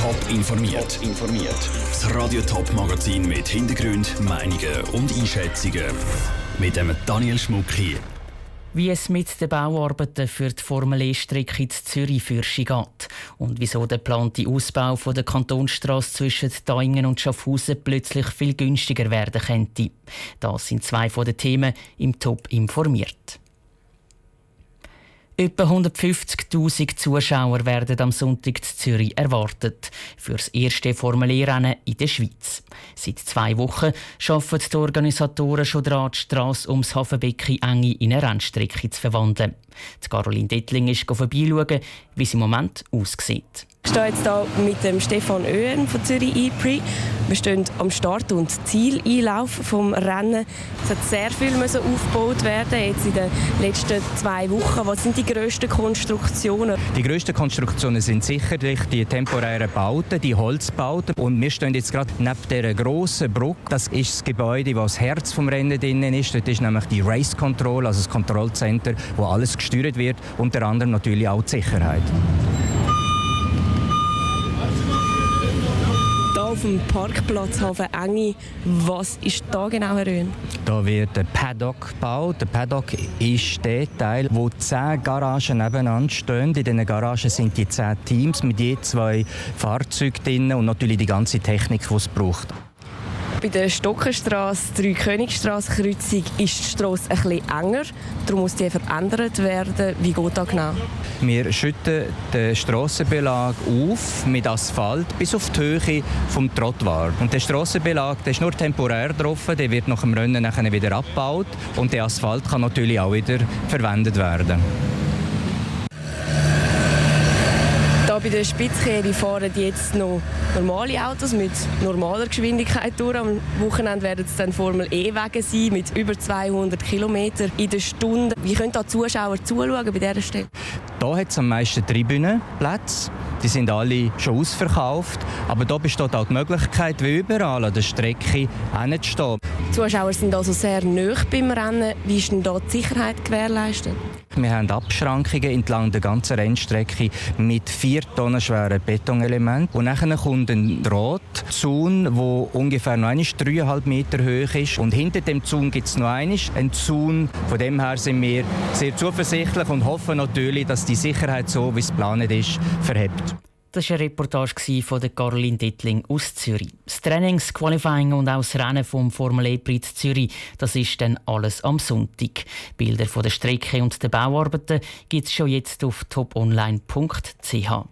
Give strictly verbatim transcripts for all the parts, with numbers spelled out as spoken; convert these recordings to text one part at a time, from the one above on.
Top informiert. informiert. Das Radio Top Magazin mit Hintergrund, Meinungen und Einschätzungen mit dem Daniel Schmuck hier. Wie es mit den Bauarbeiten für die Formel-E-Strecke in Zürich-Fürchi geht und wieso der geplante Ausbau von der Kantonsstrasse zwischen Daingen und Schaffhausen plötzlich viel günstiger werden könnte. Das sind zwei von den Themen im Top informiert. Etwa hundertfünfzigtausend Zuschauer werden am Sonntag in Zürich erwartet für das erste Formel-E-Rennen in der Schweiz. Seit zwei Wochen arbeiten die Organisatoren schon daran, die Strasse ums Hafenbecken enge in eine Rennstrecke zu verwandeln. Die Caroline Dettling ist vorbeischauen, wie es im Moment aussieht. Ich stehe jetzt hier mit dem Stefan Oehen von Zürich E-Prix. Wir stehen am Start- und Zieleinlauf vom Rennen. Es hat sehr viel müssen aufgebaut werden jetzt in den letzten zwei Wochen. Was sind die grössten Konstruktionen? Die grössten Konstruktionen sind sicherlich die temporären Bauten, die Holzbauten. Und wir stehen jetzt gerade neben dieser grossen Brücke. Das ist das Gebäude, das das Herz des Rennens drinnen ist. Dort ist nämlich die Race Control, also das Kontrollcenter, wo alles gesteuert wird. Unter anderem natürlich auch die Sicherheit. Auf dem Parkplatz Hafen Enge. Was ist da genau, Herr Oehen? Da wird der Paddock gebaut. Der Paddock ist der Teil, wo zehn Garagen nebeneinander stehen. In diesen Garagen sind die zehn Teams mit je zwei Fahrzeugen drin und natürlich die ganze Technik, die es braucht. Bei der Stockenstrasse, Drei-Königstrasse-Kreuzung, ist die Strasse ein bisschen enger. Darum muss die verändert werden. Wie geht das genau? Wir schütten den Strassenbelag auf mit Asphalt bis auf die Höhe des Trottoirs. Und der Strassenbelag der ist nur temporär drauf, der wird nach dem Rennen nachher wieder abgebaut. Und der Asphalt kann natürlich auch wieder verwendet werden. Hier bei der Spitzkehre fahren jetzt noch normale Autos mit normaler Geschwindigkeit durch. Am Wochenende werden es dann Formel-E-Wege sein mit über zweihundert Kilometern in der Stunde. Wie können da Zuschauer zuschauen bei dieser Stelle? Hier hat es am meisten Tribünenplätze. Die sind alle schon ausverkauft. Aber hier besteht auch die Möglichkeit, wie überall an der Strecke hinzustehen. Die Zuschauer sind also sehr nahe beim Rennen. Wie ist denn da die Sicherheit gewährleistet? Wir haben Abschrankungen entlang der ganzen Rennstrecke mit vier Tonnen schweren Betonelementen. Und dann kommt ein Drahtzaun, der ungefähr noch dreieinhalb Meter hoch ist. Und hinter dem Zaun gibt es noch einen Zaun. Von dem her sind wir sehr zuversichtlich und hoffen natürlich, dass die Sicherheit, so wie es geplant ist, verhebt. Das war eine Reportage von Caroline Dettling aus Zürich. Das Training, das Qualifying und auch das Rennen vom Formel-E-Prix Zürich, das ist dann alles am Sonntag. Bilder von der Strecke und der Bauarbeiten gibt es schon jetzt auf toponline punkt c h.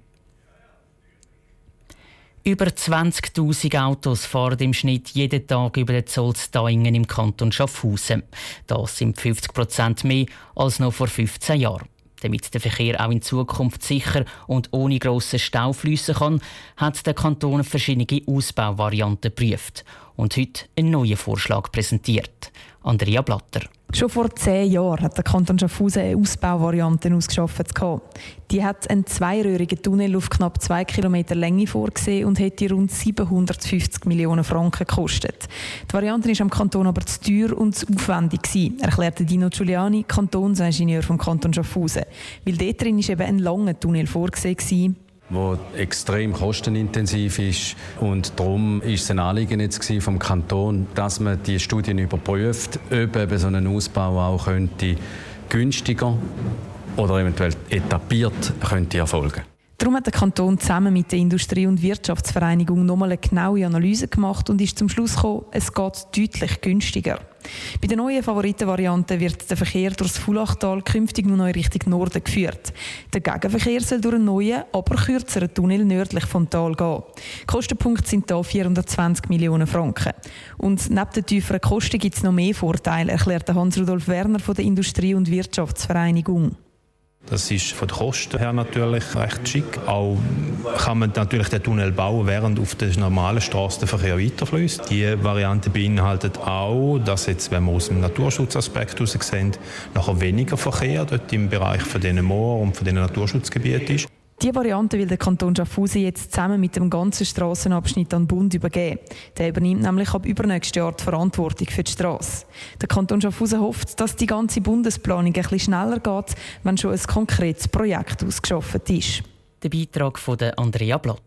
Über zwanzigtausend Autos fahren im Schnitt jeden Tag über den Zoll zu Daingen im Kanton Schaffhausen. Das sind fünfzig Prozent mehr als noch vor fünfzehn Jahren. Damit der Verkehr auch in Zukunft sicher und ohne grossen Stau fliessen kann, hat der Kanton verschiedene Ausbauvarianten geprüft und heute einen neuen Vorschlag präsentiert. Andrea Blatter. Schon vor zehn Jahren hat der Kanton Schaffhausen eine Ausbauvariante ausgeschafft. Die hat einen zweiröhrigen Tunnel auf knapp zwei Kilometer Länge vorgesehen und hätte rund siebenhundertfünfzig Millionen Franken gekostet. Die Variante war am Kanton aber zu teuer und zu aufwendig gewesen, erklärte Dino Giuliani, Kantonsingenieur vom Kanton Schaffhausen. Weil dort drin war eben ein langer Tunnel vorgesehen, wo extrem kostenintensiv ist. Und darum war es ein Anliegen jetzt vom Kanton, dass man die Studien überprüft, ob eben so ein Ausbau auch könnte günstiger oder eventuell etabliert könnte erfolgen. Darum hat der Kanton zusammen mit der Industrie- und Wirtschaftsvereinigung nochmal eine genaue Analyse gemacht und ist zum Schluss gekommen, es geht deutlich günstiger. Bei der neuen Favoritenvariante wird der Verkehr durch das Fulachtal künftig nur noch in Richtung Norden geführt. Der Gegenverkehr soll durch einen neuen, aber kürzeren Tunnel nördlich vom Tal gehen. Die Kostenpunkte sind hier vierhundertzwanzig Millionen Franken. Und neben den tieferen Kosten gibt es noch mehr Vorteile, erklärte Hans-Rudolf Werner von der Industrie- und Wirtschaftsvereinigung. Das ist von den Kosten her natürlich recht schick. Auch kann man natürlich den Tunnel bauen, während auf der normalen Straße der Verkehr weiterfließt. Die Variante beinhaltet auch, dass jetzt, wenn wir aus dem Naturschutzaspekt heraus sehen, nachher weniger Verkehr dort im Bereich von diesen Mooren und von diesen Naturschutzgebieten ist. Diese Variante will der Kanton Schaffhausen jetzt zusammen mit dem ganzen Strassenabschnitt an den Bund übergeben. Der übernimmt nämlich ab übernächstes Jahr die Verantwortung für die Strasse. Der Kanton Schaffhausen hofft, dass die ganze Bundesplanung ein bisschen schneller geht, wenn schon ein konkretes Projekt ausgeschafft ist. Der Beitrag von Andrea Blatter.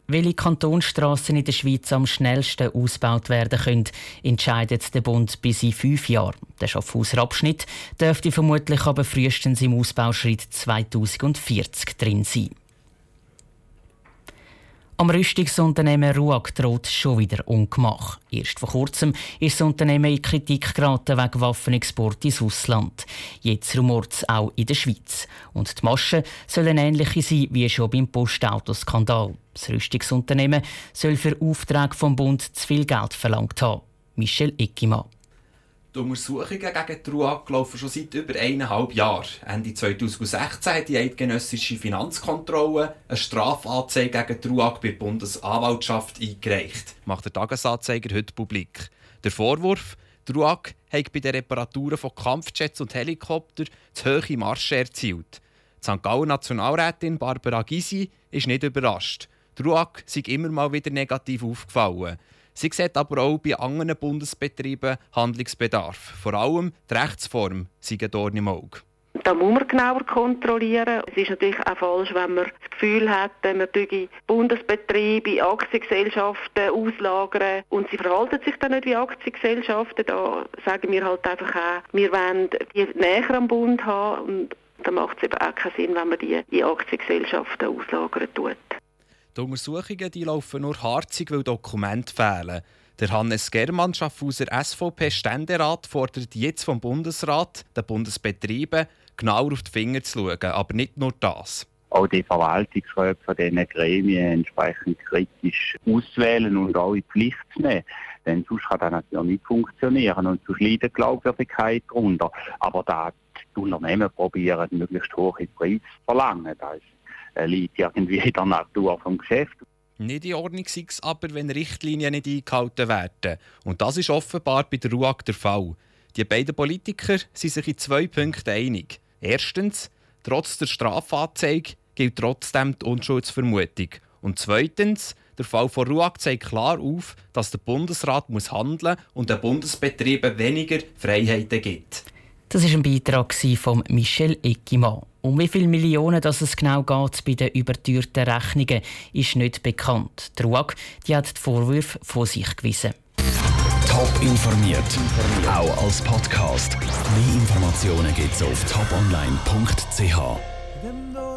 Welche Kantonsstrassen in der Schweiz am schnellsten ausgebaut werden können, entscheidet der Bund bis in fünf Jahren. Der Schaffhauser Abschnitt dürfte vermutlich aber frühestens im Ausbauschritt zweitausendvierzig drin sein. Am Rüstungsunternehmen RUAG droht schon wieder Ungemach. Erst vor kurzem ist das Unternehmen in Kritik geraten wegen Waffenexport ins Ausland. Jetzt rumort es auch in der Schweiz. Und die Maschen sollen ähnliche sein wie schon beim Postautoskandal. Das Rüstungsunternehmen soll für Aufträge vom Bund zu viel Geld verlangt haben. Michel Eckimann. Die Untersuchungen gegen die RUAG laufen schon seit über eineinhalb Jahren. Ende zweitausendsechzehn hat die eidgenössische Finanzkontrolle eine Strafanzeige gegen die RUAG bei der Bundesanwaltschaft eingereicht. Macht der Tagesanzeiger heute publik. Der Vorwurf: die RUAG hat bei den Reparaturen von Kampfjets und Helikoptern zu hohe Marschen erzielt. Die Sankt Galler Nationalrätin Barbara Gysi ist nicht überrascht. Die RUAG sei immer mal wieder negativ aufgefallen. Sie sieht aber auch bei anderen Bundesbetrieben Handlungsbedarf. Vor allem die Rechtsform sei ein Dorn im Auge. Da muss man genauer kontrollieren. Es ist natürlich auch falsch, wenn man das Gefühl hat, man würde Bundesbetriebe, Aktiengesellschaften auslagern und sie verhalten sich dann nicht wie Aktiengesellschaften. Da sagen wir halt einfach auch, wir wollen die näher am Bund haben und da macht es eben auch keinen Sinn, wenn man die in Aktiengesellschaften auslagern tut. Die Untersuchungen die laufen nur harzig, weil Dokumente fehlen. Der Hannes Germann, Schaffhauser S V P-Ständerat, fordert jetzt vom Bundesrat, den Bundesbetrieben, genauer auf die Finger zu schauen. Aber nicht nur das. Auch die Verwaltungsräte von diesen Gremien entsprechend kritisch auszuwählen und auch in die Pflicht zu nehmen. Denn sonst kann das natürlich nicht funktionieren und sonst leidet die Glaubwürdigkeit darunter. Aber da die Unternehmen probieren, möglichst hohe Preise zu verlangen. Das ist liegt irgendwie in der Natur vom Geschäft. Nicht in Ordnung sei es aber, wenn Richtlinien nicht eingehalten werden. Und das ist offenbar bei der RUAG der Fall. Die beiden Politiker sind sich in zwei Punkten einig. Erstens, trotz der Strafanzeige gilt trotzdem die Unschuldsvermutung. Und zweitens, der Fall von RUAG zeigt klar auf, dass der Bundesrat muss handeln und den Bundesbetrieben weniger Freiheiten gibt. Das war ein Beitrag von Michel Eckimann. Um wie viele Millionen dass es genau geht bei den überteuerten Rechnungen, ist nicht bekannt. Die RUAG die hat die Vorwürfe von sich gewiesen. Top informiert, auch als Podcast. Mehr Informationen gibt es auf top online punkt c h.